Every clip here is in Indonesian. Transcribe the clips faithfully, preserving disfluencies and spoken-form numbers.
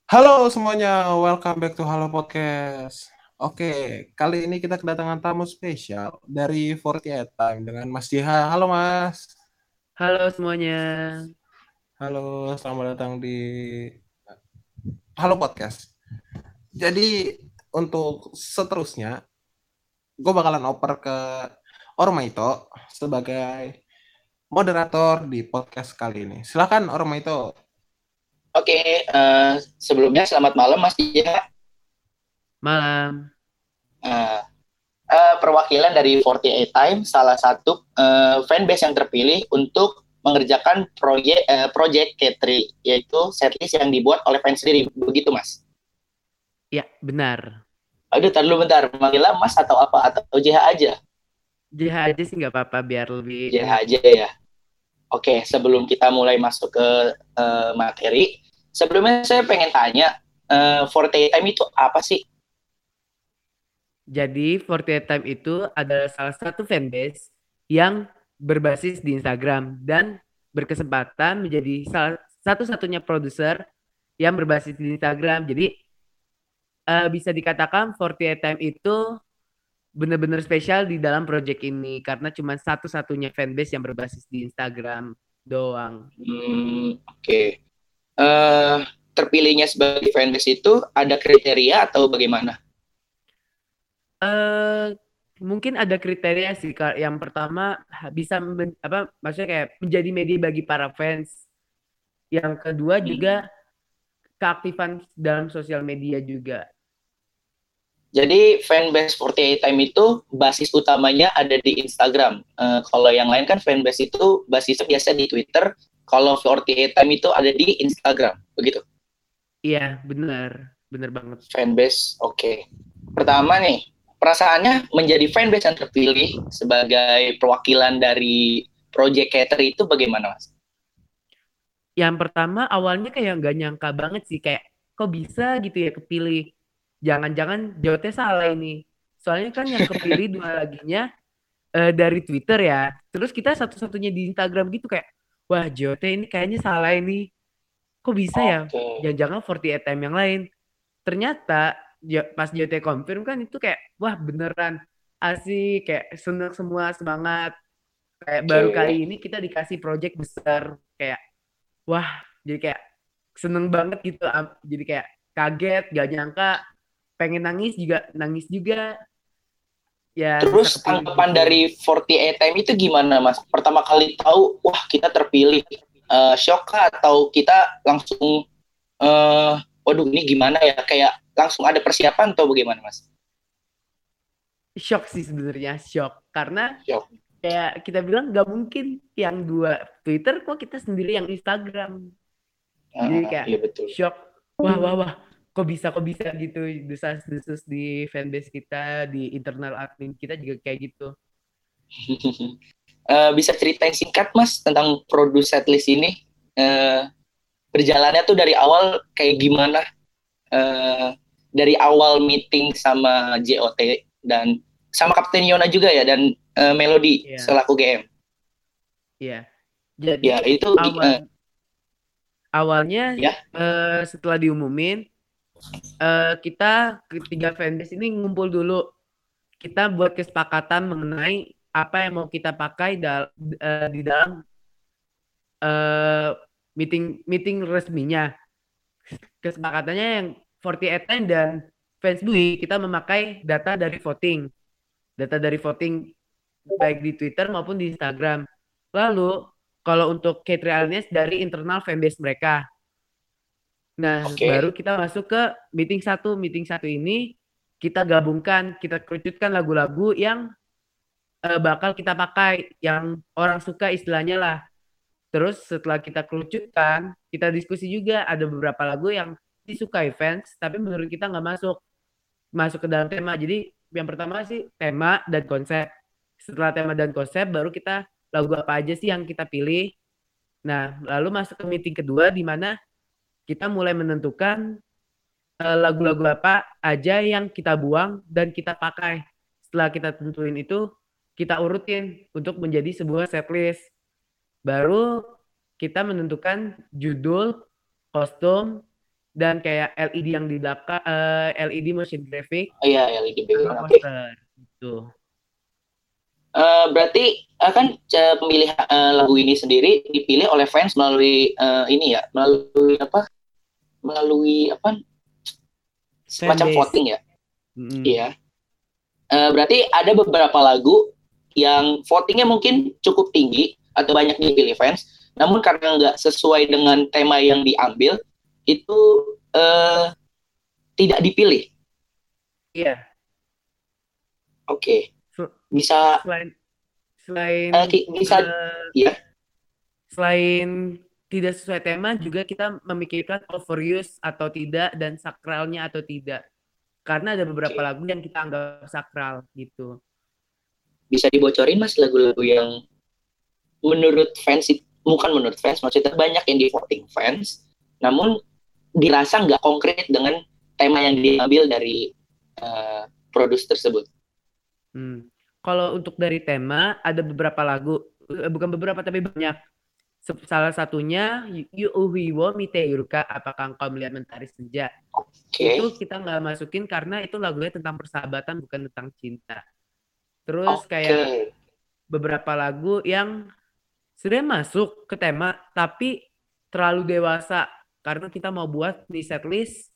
Halo semuanya, welcome back to Halo Podcast. Oke, kali ini kita kedatangan tamu spesial dari empat puluh delapan Time dengan Mas Jiha. Halo Mas. Halo semuanya. Halo, selamat datang di Halo Podcast. Jadi untuk seterusnya, gue bakalan oper ke Ormaito sebagai moderator di podcast kali ini. Silakan Ormaito. Oke, eh, sebelumnya selamat malam Mas Dia. Malam. Eh, eh, perwakilan dari empat puluh delapan Time, salah satu eh, fanbase yang terpilih untuk mengerjakan proyek eh, project K tiga, yaitu setlist yang dibuat oleh fans sendiri. Begitu Mas. Ya, benar. Aduh, tar dulu bentar. Manggilnya Mas atau apa? Atau J H aja? J H aja sih nggak apa-apa biar lebih J H enak. aja ya. Oke, sebelum kita mulai masuk ke eh, materi, sebelumnya saya pengen tanya, eh, empat puluh delapan Time itu apa sih? Jadi empat puluh delapan Time itu adalah salah satu fanbase yang berbasis di Instagram dan berkesempatan menjadi salah satu-satunya produser yang berbasis di Instagram. Jadi eh, bisa dikatakan empat puluh delapan Time itu benar-benar spesial di dalam project ini karena cuma satu-satunya fanbase yang berbasis di Instagram doang. Hmm, oke. eh Terpilihnya sebagai fanbase itu ada kriteria atau bagaimana? eh Mungkin ada kriteria sih Kak. Yang pertama ha- bisa men- apa maksudnya kayak menjadi media bagi para fans. Yang kedua juga Hmm. keaktifan dalam sosial media juga. Jadi fanbase empat puluh delapan Time itu basis utamanya ada di Instagram. Eh, kalau yang lain kan fanbase itu basisnya biasa di Twitter. Kalau empat puluh delapan Time itu ada di Instagram, begitu. Iya, benar. Benar banget. Fanbase, oke. Okay. Pertama nih, perasaannya menjadi fanbase yang terpilih sebagai perwakilan dari Project Cater itu bagaimana, Mas? Yang pertama awalnya kayak nggak nyangka banget sih kayak kok bisa gitu ya kepilih. Jangan-jangan jawabnya salah ini. Soalnya kan yang kepilih dua laginya eh, dari Twitter ya. Terus kita satu-satunya di Instagram gitu kayak wah J O T ini kayaknya salah ini. Kok bisa ya? Oke. Jangan-jangan empat puluh delapan time yang lain. Ternyata ja- pas J T confirm kan itu kayak wah beneran asik kayak seneng semua semangat kayak baru kali Oke. ini kita dikasih project besar kayak wah jadi kayak seneng banget gitu Am- jadi kayak kaget gak nyangka pengen nangis juga nangis juga ya bisa Terus kepilih tanggapan gitu. dari empat puluh delapan Time itu gimana, Mas? Pertama kali tahu, wah kita terpilih. Eh, shock kah? Atau kita langsung, eh, waduh ini gimana ya? Kayak langsung ada persiapan atau bagaimana, Mas? Shock sih sebenarnya shock karena Shock. kayak kita bilang nggak mungkin yang dua Twitter kok kita sendiri yang Instagram. Jadi Ah, kayak iya betul. shock. Wah, wah, wah. Kok bisa, kok bisa gitu. Desas-desus di fanbase kita, di internal admin kita juga kayak gitu. Eh, bisa ceritain singkat, Mas, tentang produce setlist ini? Eh, Berjalannya tuh dari awal kayak gimana? Eh, dari awal meeting sama J O T dan sama Kapten Yona juga ya, dan eh, Melody Iya, selaku G M. iya. Jadi Ya itu awal eh, awalnya ya. eh, setelah diumumin, eh, kita ketiga fanbase ini ngumpul dulu. Kita buat kesepakatan mengenai apa yang mau kita pakai dal- eh, di dalam eh, meeting meeting resminya. Kesepakatannya yang empat puluh delapan dan fans Bui kita memakai data dari voting, data dari voting baik di Twitter maupun di Instagram. Lalu kalau untuk K tiga Alliance dari internal fanbase mereka. Nah, baru Oke. kita masuk ke meeting satu. Meeting satu ini kita gabungkan, kita kerucutkan lagu-lagu yang eh, bakal kita pakai, yang orang suka istilahnya lah. Terus setelah kita kerucutkan, kita diskusi juga ada beberapa lagu yang disukai fans, tapi menurut kita nggak masuk masuk ke dalam tema. Jadi yang pertama sih tema dan konsep. Setelah tema dan konsep, baru kita lagu apa aja sih yang kita pilih. Nah, lalu masuk ke meeting kedua di mana kita mulai menentukan eh, lagu-lagu apa aja yang kita buang dan kita pakai. Setelah kita tentuin itu, kita urutin untuk menjadi sebuah setlist. Baru kita menentukan judul, kostum, dan kayak L E D yang di belakang, eh, L E D motion graphic Oh iya, L E D sama background. Oke. poster gitu. Eh, berarti eh, kan eh, pemilihan eh, lagu ini sendiri dipilih oleh fans melalui eh, ini ya, melalui apa? Melalui apa? Semacam Fanbase. voting ya. Mm-mm. Iya. Eh, berarti ada beberapa lagu yang votingnya mungkin cukup tinggi atau banyak dipilih fans, namun karena nggak sesuai dengan tema yang diambil, itu eh, tidak dipilih. Iya. Oke, Se- bisa Selain selain eh, ki- bisa eh, ya. selain tidak sesuai tema juga kita memikirkan overuse atau tidak dan sakralnya atau tidak. Karena ada beberapa Oke. lagu yang kita anggap sakral gitu. Bisa dibocorin Mas lagu-lagu yang menurut fans it- bukan menurut fans, maksudnya banyak yang di voting fans, namun dirasa nggak konkret dengan tema yang diambil dari eh, produs tersebut. Hmm. Kalau untuk dari tema ada beberapa lagu, eh, bukan beberapa tapi banyak. Se- Salah satunya You Uhiwo Mite Yuruka, apakah engkau melihat mentari senja? Itu Oke, kita nggak masukin karena itu lagunya tentang persahabatan bukan tentang cinta. Terus oke, kayak beberapa lagu yang sebenarnya masuk ke tema tapi terlalu dewasa karena kita mau buat di setlist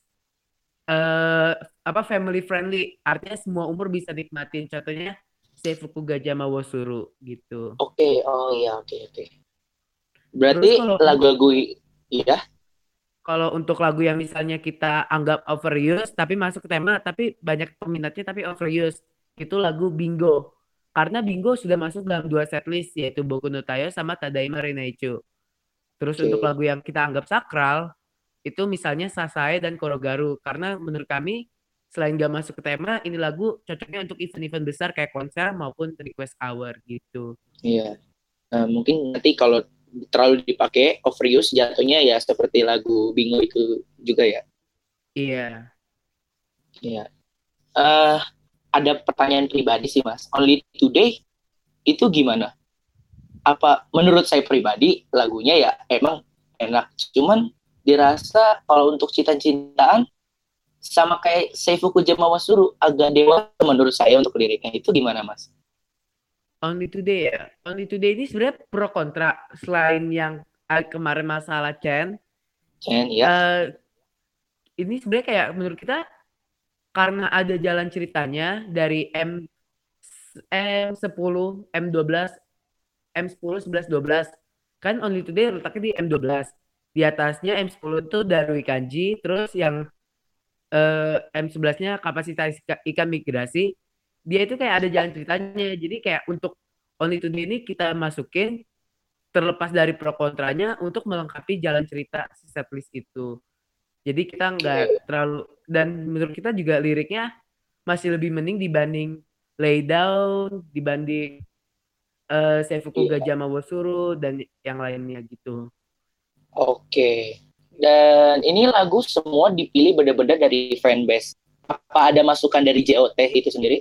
eh apa family friendly, artinya semua umur bisa nikmatin. Contohnya Seifuku Gajah Mawosuru gitu. oke, oh iya, oke, oke. Terus Berarti kalau lagu-lagu i- iya, kalau untuk lagu yang misalnya kita anggap overuse tapi masuk ke tema tapi banyak peminatnya tapi overuse, itu lagu Bingo. Karena Bingo sudah masuk dalam dua setlist yaitu Boku no Tayo sama Tadaima Renaichu. Terus untuk oke, lagu yang kita anggap sakral itu misalnya Sasae dan Korogaru, karena menurut kami selain gak masuk ke tema, ini lagu cocoknya untuk event-event besar kayak konser maupun request hour gitu. iya. Nah, mungkin nanti kalau terlalu dipakai overuse jatuhnya ya seperti lagu Bingo itu juga ya. Iya. Iya. Eh, ada pertanyaan pribadi sih Mas. Only Today itu gimana? Apa menurut saya pribadi lagunya ya emang enak, cuman dirasa kalau untuk cinta-cintaan sama kayak Seifuku Jamawasuru agak dewa menurut saya untuk liriknya. Itu gimana Mas? Only Today ya. Only Today ini sebenarnya pro kontra. Selain yang eh, kemarin masalah Chen, Chen ya. eh, ini sebenarnya kayak menurut kita karena ada jalan ceritanya dari M M sepuluh, M dua belas, M sepuluh, sebelas, dua belas. Kan Only Today letaknya di M dua belas. Di atasnya M sepuluh itu Darui Kanji, terus yang eh, M sebelas-nya kapasitas ika- ikan migrasi. Dia itu kayak ada jalan ceritanya. Jadi kayak untuk Only Today ini kita masukin terlepas dari pro kontranya untuk melengkapi jalan cerita si setlist itu. Jadi kita nggak Oke. terlalu, dan menurut kita juga liriknya masih lebih mending dibanding Lay Down, dibanding eh Seifuku Iya. Gajah Mawosuru dan yang lainnya gitu. Oke. Dan ini lagu semua dipilih benar-benar dari fanbase. Apa ada masukan dari J O T itu sendiri?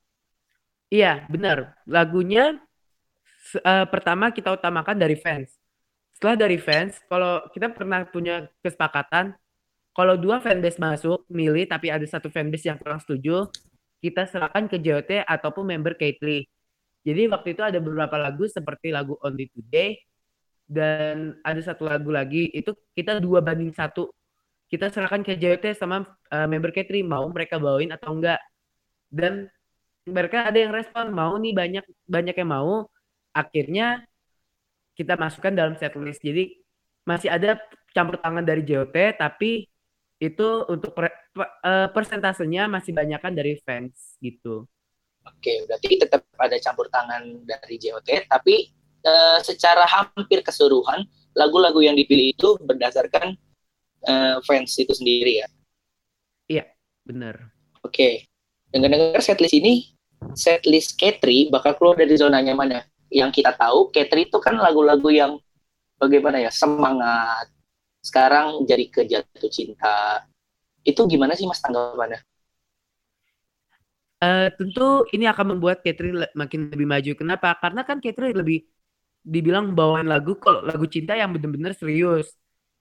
Iya, benar. Lagunya se- eh, pertama kita utamakan dari fans. Setelah dari fans, kalau kita pernah punya kesepakatan, kalau dua fanbase masuk, milih tapi ada satu fanbase yang kurang setuju, kita serahkan ke J O T ataupun member Kately. Jadi waktu itu ada beberapa lagu seperti lagu Only Today dan ada satu lagu lagi itu kita dua banding satu. Kita serahkan ke J O T sama eh, member Kately mau mereka bawain atau enggak. Dan mereka ada yang respon mau nih, banyak banyak yang mau. Akhirnya kita masukkan dalam setlist. Jadi masih ada campur tangan dari J O T tapi itu untuk per- per- eh, persentasenya masih banyakan dari fans gitu. Oke, berarti tetap ada campur tangan dari J O T, tapi eh, secara hampir keseluruhan lagu-lagu yang dipilih itu berdasarkan eh, fans itu sendiri ya. Iya, bener. Oke, dengar-dengar setlist ini, setlist K tiga bakal keluar dari zona nyamannya. Yang kita tahu, K tiga itu kan lagu-lagu yang bagaimana ya, semangat. Sekarang jadi ke jatuh cinta. Itu gimana sih Mas tanggapannya? Eh, tentu ini akan membuat Katri le- makin lebih maju. Kenapa? Karena kan Katri lebih dibilang bawain lagu kalau lagu cinta yang bener-bener serius.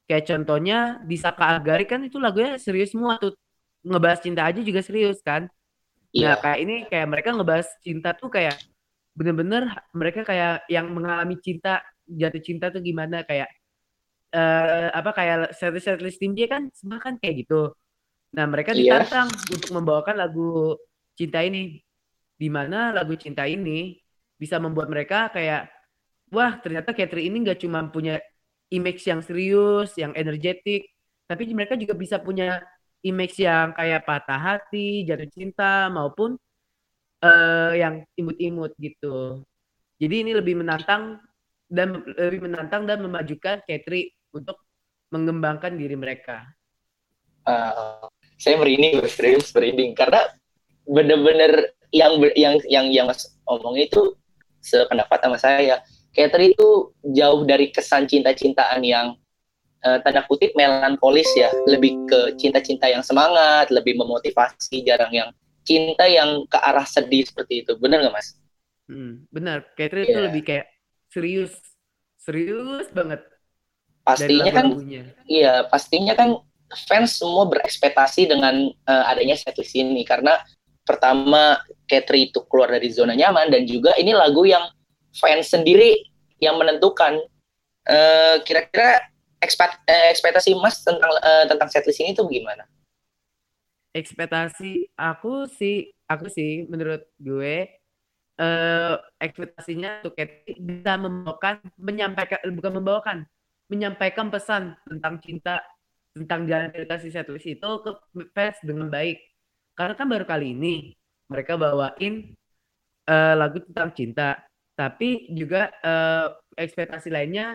Kayak contohnya di Saka Agari kan itu lagunya serius semua tuh. Ngebahas cinta aja juga serius kan. Nah, Iya, kayak ini kayak mereka ngebahas cinta tuh kayak bener-bener mereka kayak yang mengalami cinta, jatuh cinta tuh gimana kayak eh, apa kayak setlist setlist tim J kan semua kan kayak gitu. Nah, mereka iya. ditantang untuk membawakan lagu cinta ini, di mana lagu cinta ini bisa membuat mereka kayak, wah ternyata Katri ini nggak cuma punya image yang serius, yang energetik, tapi mereka juga bisa punya image yang kayak patah hati, jatuh cinta, maupun eh, yang imut-imut gitu. Jadi ini lebih menantang dan lebih menantang dan memajukan Katri untuk mengembangkan diri mereka. Eh, saya merinding, serius merinding karena bener-bener yang yang yang yang Mas omong itu sependapat sama saya. Catherine itu jauh dari kesan cinta-cintaan yang uh, tanda kutip melankolis ya, lebih ke cinta-cinta yang semangat, lebih memotivasi, jarang yang cinta yang ke arah sedih seperti itu. Bener nggak Mas? Hmm, benar, Katri itu Iya. lebih kayak serius, serius banget dari Pastinya kan, lagu-lagunya. iya pastinya kan fans semua berekspektasi dengan uh, adanya setlist ini karena pertama Katri itu keluar dari zona nyaman dan juga ini lagu yang fans sendiri yang menentukan. Uh, kira-kira ekspekt, uh, ekspektasi Mas tentang uh, tentang setlist ini tuh gimana? Ekspektasi aku sih, aku sih menurut gue eh, ekspektasinya tuh Kathy bisa membawakan, menyampaikan, bukan membawakan, menyampaikan pesan tentang cinta, tentang jalan cerita si setlist itu ke fans dengan baik. Karena kan baru kali ini mereka bawain eh, lagu tentang cinta, tapi juga eh, ekspektasi lainnya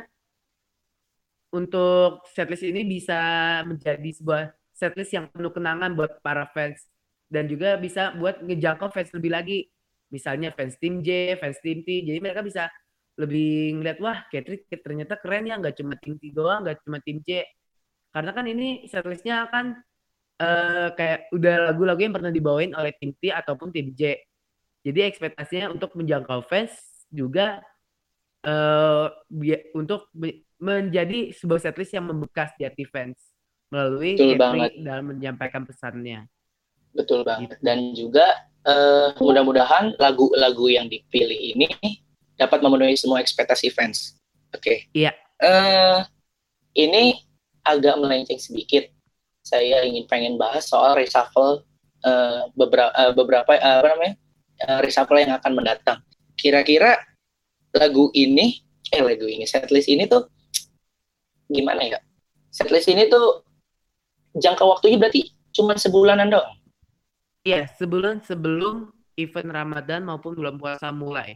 untuk setlist ini bisa menjadi sebuah setlist yang penuh kenangan buat para fans dan juga bisa buat ngejangkau fans lebih lagi. Misalnya fans tim J, fans tim T. Jadi mereka bisa lebih ngeliat wah Katri ternyata keren ya nggak cuma tim T doang, nggak cuma tim J. Karena kan ini setlistnya kan eh, kayak udah lagu-lagu yang pernah dibawain oleh tim T ataupun tim J. Jadi ekspektasinya untuk menjangkau fans juga eh, untuk menjadi sebuah setlist yang membekas di hati fans melalui Betul banget, Katri dalam menyampaikan pesannya betul banget. gitu. Dan juga uh, mudah-mudahan lagu-lagu yang dipilih ini dapat memenuhi semua ekspektasi fans. Oke. Okay. Iya, Uh, ini agak melenceng sedikit. Saya ingin pengen bahas soal reshuffle uh, beberapa uh, beberapa uh, apa namanya uh, reshuffle yang akan mendatang. Kira-kira lagu ini, eh lagu ini, setlist ini tuh gimana ya? Setlist ini tuh jangka waktunya berarti cuma sebulanan doang. iya sebelum sebelum event Ramadan maupun bulan puasa mulai.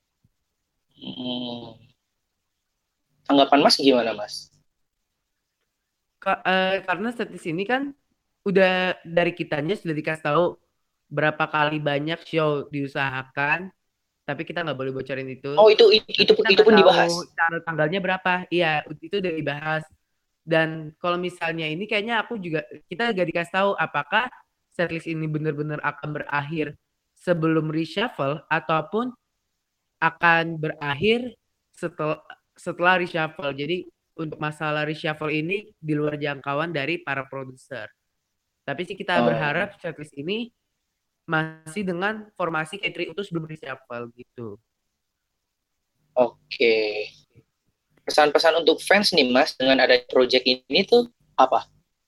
Hmm. Tanggapan Mas gimana Mas? Ka- eh, karena setlist ini kan udah dari kitanya sudah dikasih tahu berapa kali banyak show diusahakan, tapi kita nggak boleh bocorin itu. Oh itu itu Tapi itu, kita itu nggak pun tahu dibahas. tanggal tanggalnya berapa. Iya, itu udah dibahas. Dan kalau misalnya ini kayaknya aku juga kita gak dikasih tahu apakah setlist ini benar-benar akan berakhir sebelum reshuffle ataupun akan berakhir setelah setelah reshuffle. Jadi untuk masalah reshuffle ini di luar jangkauan dari para produser. Tapi sih kita Oh, berharap setlist ini masih dengan formasi Katri Utus sebelum reshuffle gitu. oke. Okay. Pesan-pesan untuk fans nih Mas dengan ada project ini tuh apa?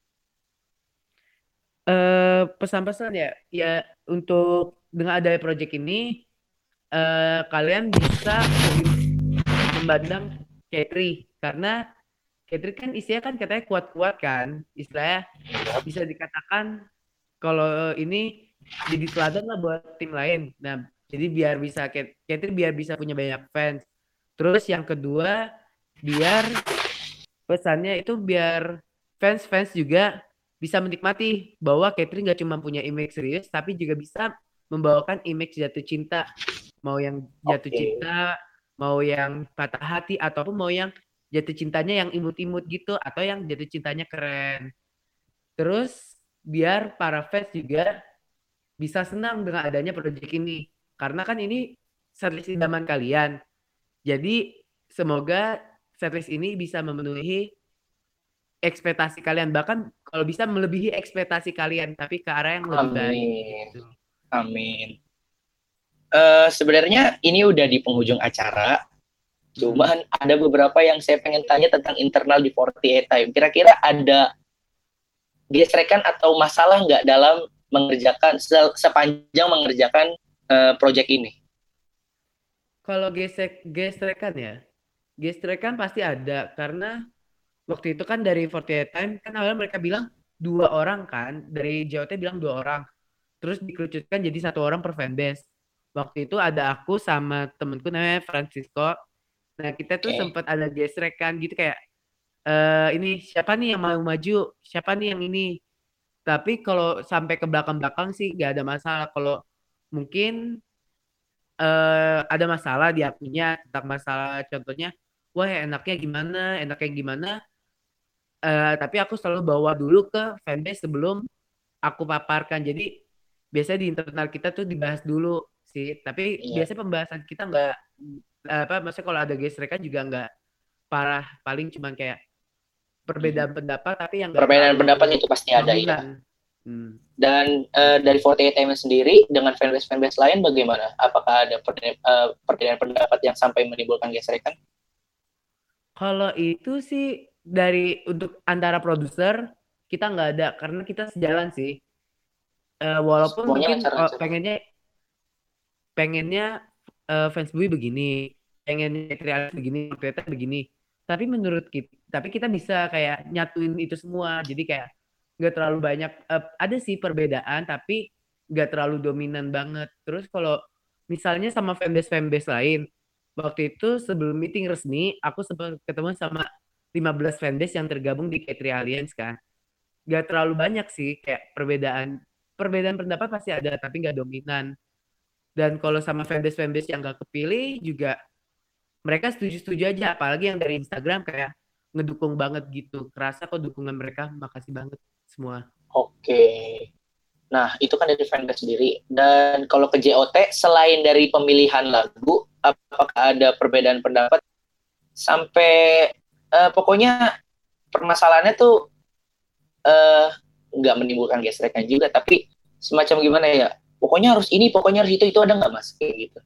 Eh, pesan-pesan ya, ya untuk dengan adanya project ini eh, kalian bisa lebih memandang Katri karena Katri kan istilahnya kan katanya kuat-kuat kan, istilahnya bisa dikatakan kalau ini jadi teladan lah buat tim lain. Nah, jadi biar bisa Kat- Katri biar bisa punya banyak fans. Terus yang kedua, biar pesannya itu biar fans-fans juga bisa menikmati bahwa Katri nggak cuma punya image serius, tapi juga bisa membawakan image jatuh cinta. Mau yang jatuh Oke. cinta, mau yang patah hati, ataupun mau yang jatuh cintanya yang imut-imut gitu, atau yang jatuh cintanya keren. Terus biar para fans juga bisa senang dengan adanya proyek ini. Karena kan ini setlist idaman kalian. Jadi semoga setlist ini bisa memenuhi ekspektasi kalian, bahkan kalau bisa melebihi ekspektasi kalian, tapi ke arah yang lebih baik Amin. gitu. Amin. Eh, sebenarnya ini udah di penghujung acara. Cuman hmm. ada beberapa yang saya pengen tanya tentang internal di forty-eight Time. Kira-kira ada gesrekan atau masalah nggak dalam mengerjakan sepanjang mengerjakan uh, proyek ini? Kalau gesek gesrekan ya, gesrekan pasti ada karena waktu itu kan dari forty-eight Time kan awalnya mereka bilang dua orang kan, dari J O T bilang dua orang, terus dikerucutkan jadi satu orang per fanbase. Waktu itu ada aku sama temenku namanya Francisco. Nah kita tuh okay. sempat ada gesrekan gitu kayak uh, ini siapa nih yang mau maju, siapa nih yang ini. Tapi kalau sampai ke belakang-belakang sih gak ada masalah. Kalau mungkin uh, ada masalah di akunya tentang masalah contohnya, wah enaknya gimana, enaknya gimana. Uh, tapi aku selalu bawa dulu ke fanbase sebelum aku paparkan. Jadi biasanya di internal kita tuh dibahas dulu sih. Tapi yeah. biasanya pembahasan kita nggak apa, maksudnya kalau ada gesrekan juga nggak parah. Paling cuman kayak perbedaan hmm. pendapat, tapi yang perbedaan pendapat itu pasti ada ya. Hmm. Dan uh, dari forty-eight Time sendiri dengan fanbase-fanbase lain bagaimana? Apakah ada perbedaan, uh, perbedaan pendapat yang sampai menimbulkan gesrekan? Kalau itu sih dari untuk antara produser kita nggak ada karena kita sejalan sih. Uh, walaupun Semuanya mungkin lancar, lancar. Oh, pengennya pengennya uh, fans Bui begini, pengennya Trialis begini, ternyata begini. Tapi menurut kita, tapi kita bisa kayak nyatuin itu semua. Jadi kayak nggak terlalu banyak. Uh, ada sih perbedaan, tapi nggak terlalu dominan banget. Terus kalau misalnya sama fanbase fanbase lain, waktu itu sebelum meeting resmi, aku sempat ketemu sama lima belas fanbase yang tergabung di K tiga Alliance kan. Nggak terlalu banyak sih kayak perbedaan. Perbedaan pendapat pasti ada, tapi nggak dominan. Dan kalau sama fanbase-fanbase yang gak kepilih juga mereka setuju-setuju aja. Apalagi yang dari Instagram kayak ngedukung banget gitu. Kerasa kok dukungan mereka, makasih banget semua. Oke. Nah, itu kan dari fanbase sendiri. Dan kalau ke J O T, selain dari pemilihan lagu, apakah ada perbedaan pendapat? Sampai, uh, pokoknya permasalahannya tuh uh, nggak menimbulkan gesrekan juga, tapi semacam gimana ya? Pokoknya harus ini, pokoknya harus itu, itu ada nggak mas? Kayak gitu.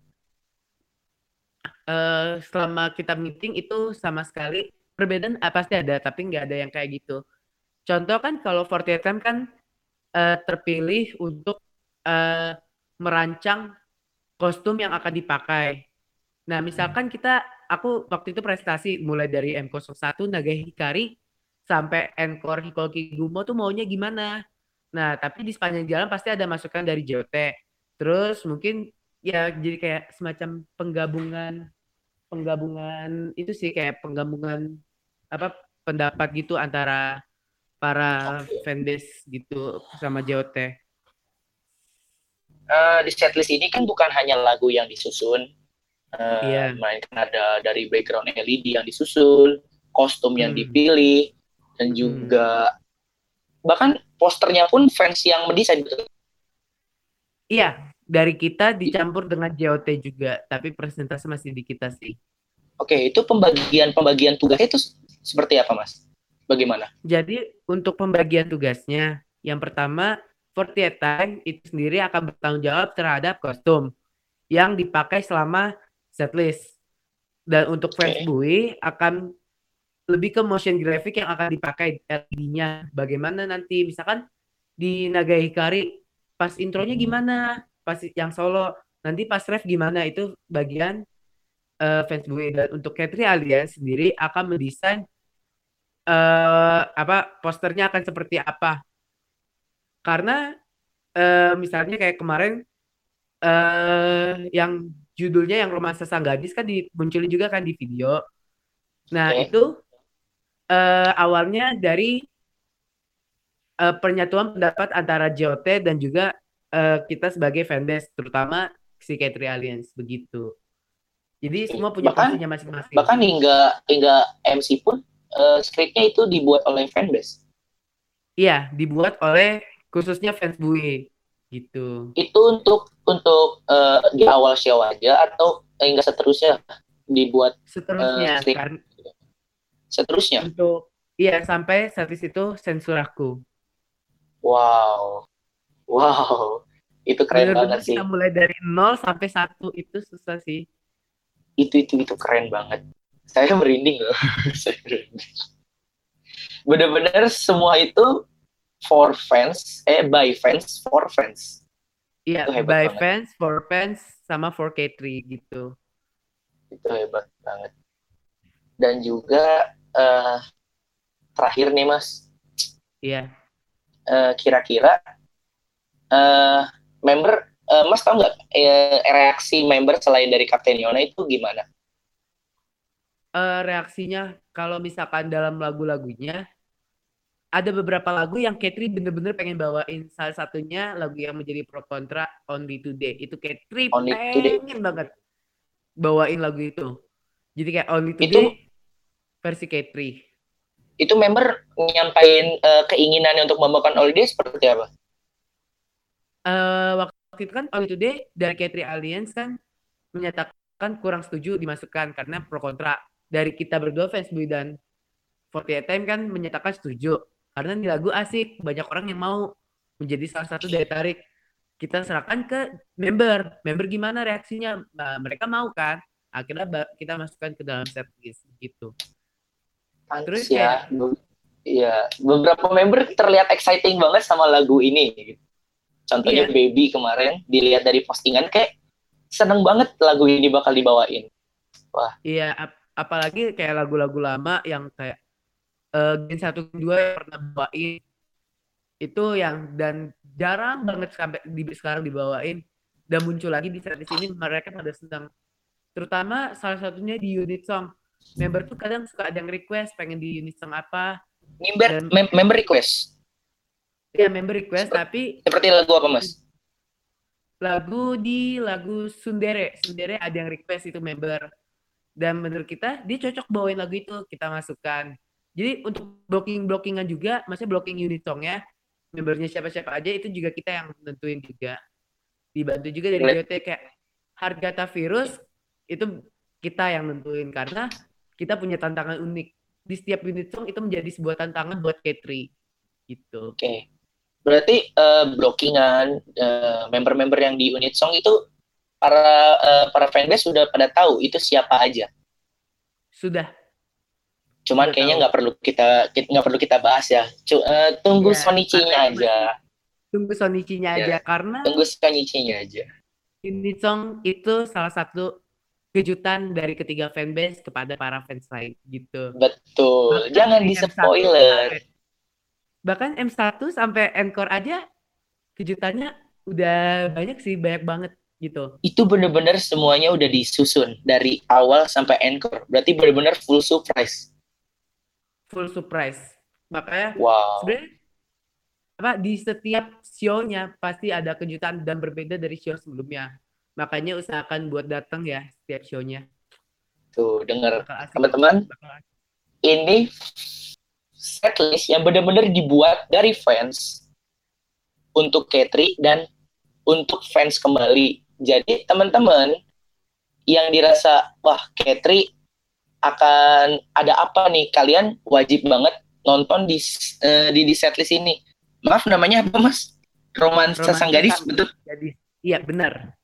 Uh, selama kita meeting itu sama sekali perbedaan ah, pasti ada, tapi nggak ada yang kayak gitu. Contoh kan kalau forty-eight Time kan uh, terpilih untuk uh, merancang kostum yang akan dipakai. Nah misalkan kita, aku waktu itu prestasi mulai dari M nol satu Naga Hikari sampai Encore Hikoki Gumo tuh maunya gimana. Nah tapi di sepanjang jalan pasti ada masukan dari J O T. Terus mungkin ya jadi kayak semacam penggabungan penggabungan itu sih kayak penggabungan apa pendapat gitu antara para fanbase gitu sama J O T. Uh, di setlist ini kan bukan hanya lagu yang disusun, uh, yeah. melainkan ada dari background L E D yang disusul, kostum yang hmm. dipilih, dan hmm. juga bahkan posternya pun fans yang mendesain. Iya, dari kita dicampur dengan J O T juga, tapi persentase masih di kita sih. Oke, itu pembagian-pembagian tugas itu seperti apa, Mas? Bagaimana? Jadi untuk pembagian tugasnya, yang pertama forty-eight Time itu sendiri akan bertanggung jawab terhadap kostum yang dipakai selama setlist. Dan untuk fans okay. Bui akan lebih ke motion graphic yang akan dipakai L E D-nya. Bagaimana nanti misalkan di Naga Hikari pas intronya gimana, pas yang solo, nanti pas ref gimana, itu bagian uh, fans Bui. Dan untuk K tiga Alliance sendiri akan mendesain uh, apa posternya akan seperti apa. Karena uh, misalnya kayak kemarin uh, yang judulnya yang Romansa Sang Gadis kan dimunculin juga kan di video. Nah okay. itu uh, awalnya dari uh, penyatuan pendapat antara J O T dan juga uh, kita sebagai fanbase, terutama si K tiga Alliance begitu. Jadi semua punya bahkan, porsinya masing-masing. Bahkan hingga hingga M C pun uh, skripnya itu dibuat oleh fanbase. Iya, dibuat oleh khususnya fans Bui gitu. Itu untuk untuk uh, di awal show aja atau hingga seterusnya dibuat seterusnya uh, karena seterusnya untuk Iya, sampai setlist itu sensor aku. Wow, wow, itu keren banget Bener-bener sih. kita mulai dari nol sampai satu itu susah sih. Itu itu itu keren banget. Saya merinding loh. Saya merinding. Bener-bener semua itu for fans, eh by fans for fans. Iya, Itu hebat by banget. fans, for fans, sama for K tiga gitu. Itu hebat banget. Dan juga eh, terakhir nih Mas, Iya. eh, kira-kira eh, member, eh, Mas tahu nggak eh, reaksi member selain dari Kapten Yona itu gimana? Eh, reaksinya kalau misalkan dalam lagu-lagunya ada beberapa lagu yang K tiga bener-bener pengen bawain. Salah satunya lagu yang menjadi pro kontra Only Today. Itu K tiga Only Today pengen banget bawain lagu itu. Jadi kayak Only itu Today versi K tiga. itu member nyampain eh, keinginannya untuk membawakan Holiday seperti apa? Eh, waktu itu kan Only Today dari K tiga Alliance kan menyatakan kurang setuju dimasukkan karena pro kontra. Dari kita berdua fans Boy dan empat puluh delapan Time kan menyatakan setuju karena ini lagu asik, banyak orang yang mau menjadi salah satu daya tarik. Kita serahkan ke member, member gimana reaksinya. Nah, mereka mau kan, akhirnya ba- kita masukkan ke dalam setlist gitu. Pantes Terus kayak ya. Iya, beberapa member terlihat exciting banget sama lagu ini. Gitu. Contohnya iya, Baby kemarin, dilihat dari postingan kayak seneng banget lagu ini bakal dibawain. Wah, iya ap- apalagi kayak lagu-lagu lama yang kayak eh, Gen satu dua yang pernah bawain itu yang dan jarang banget sampai di sekarang dibawain dan muncul lagi di setlist ini mereka pada senang. Terutama salah satunya di unit song. Member tuh kadang suka ada yang request pengen di unit song apa member, dan mem- member request. ya member request Seperti, tapi seperti lagu apa, Mas? lagu di lagu Sundere. Sundere ada yang request itu member. Dan menurut kita dia cocok bawain lagu itu kita masukkan. Jadi untuk blocking-blockingan juga, maksudnya blocking unit songnya, membernya siapa-siapa aja itu juga kita yang nentuin juga. Dibantu juga dari J O T kayak Hargata Virus itu kita yang nentuin karena kita punya tantangan unik. Di setiap unit song itu menjadi sebuah tantangan buat K tiga gitu. Oke. Okay. Berarti uh, blockingan uh, member-member yang di unit song itu para uh, para fanbase sudah pada tahu itu siapa aja. Sudah, Cuman sudah kayaknya tahu. nggak perlu kita nggak perlu kita bahas ya. C- uh, tunggu Iya, karena Sonichi-nya itu aja. masih tunggu Sonichi-nya Ya, aja karena tunggu Sonichi-nya aja. unit song itu salah satu kejutan dari ketiga fanbase kepada para fans lain gitu. Betul. Bahkan Jangan dari di M satu spoiler. sampai bahkan M satu sampai Encore aja kejutannya udah banyak sih, banyak banget gitu. Itu bener-bener semuanya udah disusun dari awal sampai encore. Berarti bener-bener full surprise. Full surprise. Makanya Wow. sebenarnya apa di setiap show-nya pasti ada kejutan dan berbeda dari show sebelumnya. Makanya usahakan buat datang ya setiap show-nya. Tuh, denger Bakal asik kok. teman-teman, Bakal asik. ini setlist yang bener-bener dibuat dari fans untuk Katri dan untuk fans kembali. Jadi teman-teman yang dirasa wah Katri akan ada apa nih, kalian wajib banget nonton di uh, di, di setlist ini. Maaf namanya apa Mas? Romansa Sang Romansa Gadis, sang betul? gadis. Iya benar.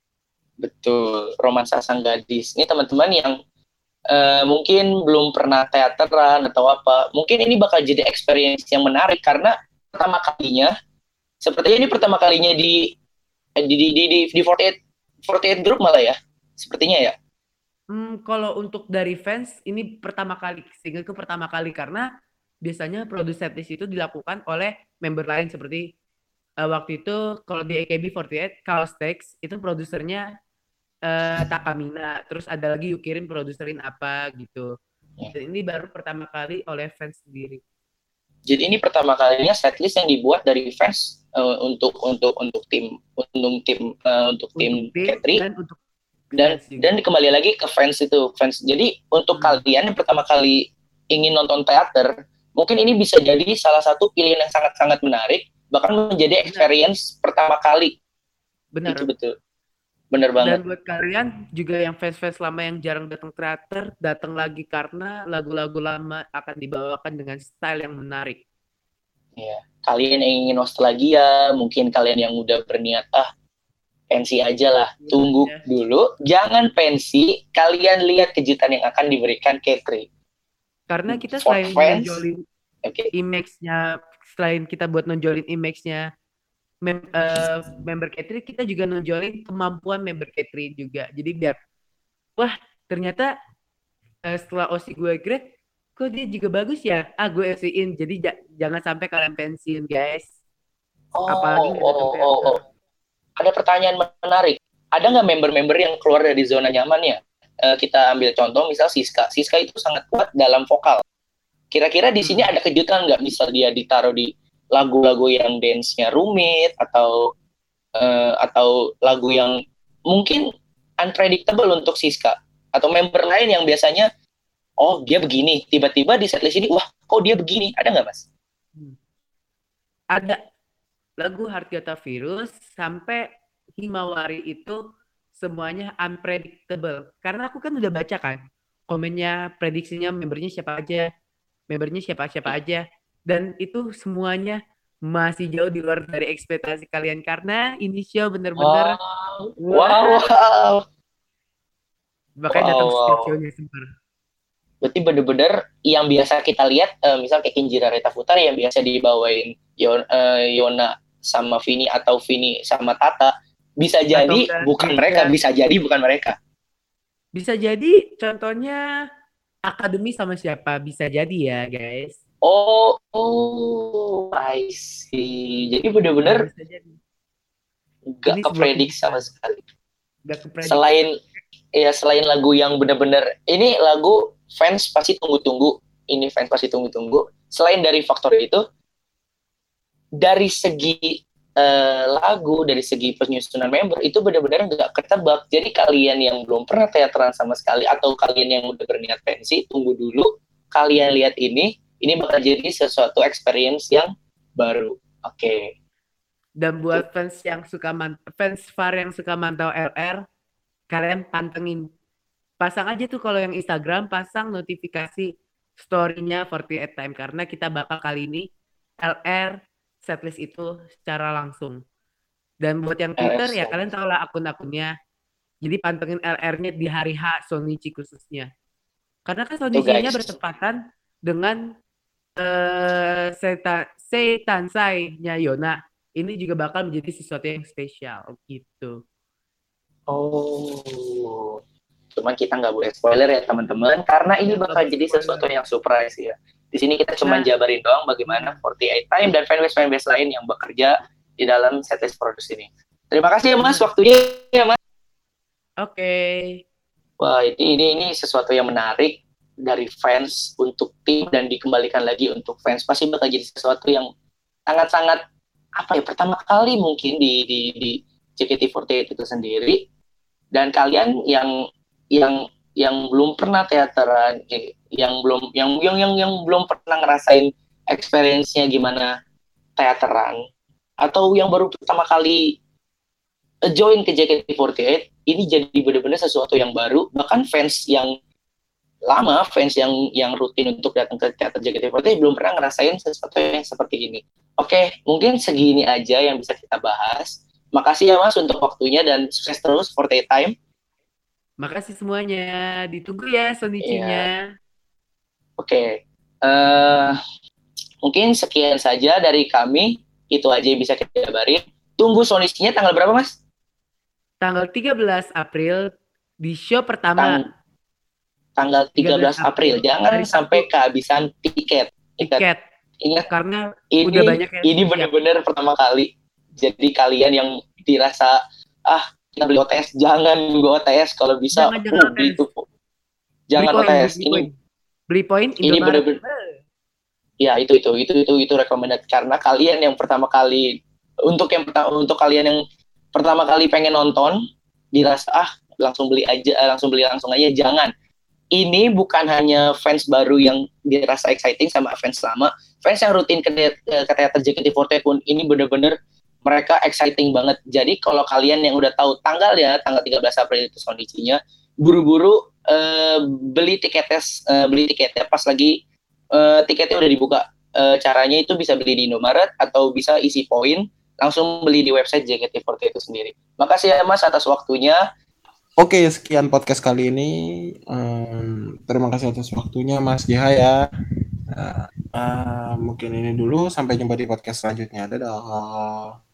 Betul, Romansa Sang Gadis. Ini teman-teman yang uh, mungkin belum pernah teateran atau apa, mungkin ini bakal jadi experience yang menarik karena pertama kalinya, sepertinya ini pertama kalinya di di di di, di, di empat puluh delapan Group malah ya, sepertinya ya. Hmm, kalau untuk dari fans ini pertama kali singleku pertama kali karena biasanya produser list itu dilakukan oleh member lain seperti eh, waktu itu kalau di A K B empat puluh delapan Chaos Tex itu produsernya eh, Takamina terus ada lagi Yukirin produserin apa gitu dan ini baru pertama kali oleh fans sendiri. Jadi ini pertama kalinya setlist yang dibuat dari fans uh, untuk untuk untuk tim untuk tim uh, untuk Untuk tim tim Katri dan untuk dan fans juga. dan kembali lagi ke fans itu fans. Jadi untuk Hmm, kalian yang pertama kali ingin nonton teater, mungkin ini bisa jadi salah satu pilihan yang sangat-sangat menarik, bahkan menjadi benar, experience pertama kali. Itu benar. betul. bener banget. Dan buat kalian juga yang fans-fans lama yang jarang datang teater, datang lagi karena lagu-lagu lama akan dibawakan dengan style yang menarik. Ya, kalian yang ingin nostalgia, mungkin kalian yang udah berniat ah pensi aja lah, tunggu Ya. dulu, jangan pensi, kalian lihat kejutan yang akan diberikan Katri. Karena kita For selain fans, nonjolin okay. image-nya, selain kita buat nonjolin image-nya mem- uh, member Katri, kita juga nonjolin kemampuan member Katri juga. Jadi biar, wah ternyata uh, setelah O S I gue grade, kok dia juga bagus ya? Ah gue O S I-in. Jadi j- jangan sampai kalian pensiun guys. Oh, Apalagi nggak datang oh, oh, teater. oh. Ada pertanyaan menarik. Ada nggak member-member yang keluar dari zona nyamannya? Uh, kita ambil contoh, misal Siska. Siska itu sangat kuat dalam vokal. Kira-kira di sini Hmm. ada kejutan nggak? Misal dia ditaruh di lagu-lagu yang dance-nya rumit atau uh, atau lagu yang mungkin unpredictable untuk Siska atau member lain yang biasanya oh dia begini, tiba-tiba di setlist ini wah kok dia begini, ada nggak mas? Hmm. Ada. Lagu Hargata Virus sampai Himawari itu semuanya unpredictable. Karena aku kan udah baca kan komennya, prediksinya membernya siapa aja, membernya siapa-siapa aja. Dan itu semuanya masih jauh di luar dari ekspektasi kalian. Karena ini show bener-bener Wow, wah, wow, wow. makanya Wow, datang wow. show-nya sebentar. Berarti bener-bener yang biasa kita lihat, uh, misal kayak Kinjira Reta Futari yang biasa dibawain Yon, uh, Yona sama Vini atau Vini sama Tata, bisa jadi enggak, bukan Grecia. mereka, bisa jadi bukan mereka. Bisa jadi contohnya Akademi sama siapa, bisa jadi ya guys. Oh, oh, I see. Jadi Nah, bener-bener bisa jadi. nggak Ini sebuah kepredik sama kejutan. sekali. Gak kepredik. Selain ya selain lagu yang bener-bener ini lagu fans pasti tunggu-tunggu, ini fans pasti tunggu-tunggu. Selain dari faktor itu, dari segi uh, lagu, dari segi penyusunan member itu benar-benar nggak ketebak. Jadi kalian yang belum pernah teateran sama sekali atau kalian yang udah berniat pensi, tunggu dulu. Kalian lihat ini, ini bakal jadi sesuatu experience yang baru. Oke. Okay. Dan buat fans yang suka man- fans Far yang suka mantau L R, kalian pantengin. Pasang aja tuh kalau yang Instagram, pasang notifikasi story-nya empat puluh delapan Time karena kita bakal kali ini L R setlist itu secara langsung. Dan buat yang Twitter ya kalian tahu lah akun-akunnya. Jadi pantengin L R-nya di hari H Sonichi khususnya. Karena kan Sonichi-nya bertepatan dengan uh, Seitansai-nya Yona. Ini juga bakal menjadi sesuatu yang spesial gitu. Oh, cuman kita nggak boleh spoiler ya teman-teman, karena ini bakal jadi sesuatu yang surprise ya. Di sini kita cuma nah, jabarin doang bagaimana empat puluh delapan Time dan fanbase-fanbase lain yang bekerja di dalam setlist produksi ini. Terima kasih ya Mas, waktunya ya Mas. Oke. Okay. Wah, ini, ini ini sesuatu yang menarik dari fans untuk tim dan dikembalikan lagi untuk fans. Pasti bakal jadi sesuatu yang sangat-sangat apa ya, pertama kali mungkin di di di J K T empat puluh delapan itu sendiri. Dan kalian yang yang yang belum pernah teateran, yang belum yang yang yang, yang belum pernah ngerasain experience-nya gimana teateran, atau yang baru pertama kali join ke J K T empat puluh delapan, ini jadi benar-benar sesuatu yang baru. Bahkan fans yang lama, fans yang yang rutin untuk datang ke teater J K T empat puluh delapan belum pernah ngerasain sesuatu yang seperti ini. Oke, mungkin segini aja yang bisa kita bahas. Makasih ya Mas untuk waktunya dan sukses terus for the time. Makasih semuanya. Ditunggu ya Sonichi-nya. Iya. Oke. Okay. Uh, mungkin sekian saja dari kami. Itu aja yang bisa kita kabarin. Tunggu Sonichi-nya tanggal berapa Mas? Tanggal tiga belas April di show pertama. Tang tanggal tiga belas April. Jangan sampai kehabisan tiket. Tiket. Ingat karena ini, udah banyak yang ini benar-benar pertama kali. Jadi kalian yang dirasa ah kita beli O T S, jangan beli O T S kalau bisa. Jangan, jangan uh, beli itu. Jangan beli O T S. Beli ini beli poin ini benar-benar. Ya itu itu itu itu itu recommended karena kalian yang pertama kali untuk yang pertama untuk kalian yang pertama kali pengen nonton dirasa ah langsung beli aja langsung beli langsung aja, jangan. Ini bukan hanya fans baru yang dirasa exciting sama fans lama, fans yang rutin ke, ke teater J K T empat puluh delapan pun ini benar-benar mereka exciting banget. Jadi kalau kalian yang udah tahu tanggalnya, tanggal tiga belas April itu kondisinya, buru-buru uh, beli tiketnya, uh, beli tiketnya pas lagi uh, tiketnya udah dibuka. Uh, caranya itu bisa beli di Indomaret atau bisa isi poin, langsung beli di website J K T empat puluh delapan itu sendiri. Makasih ya Mas atas waktunya. Oke, sekian podcast kali ini. Um, terima kasih atas waktunya Mas J H ya. Uh, uh, mungkin ini dulu, sampai jumpa di podcast selanjutnya. Dadah.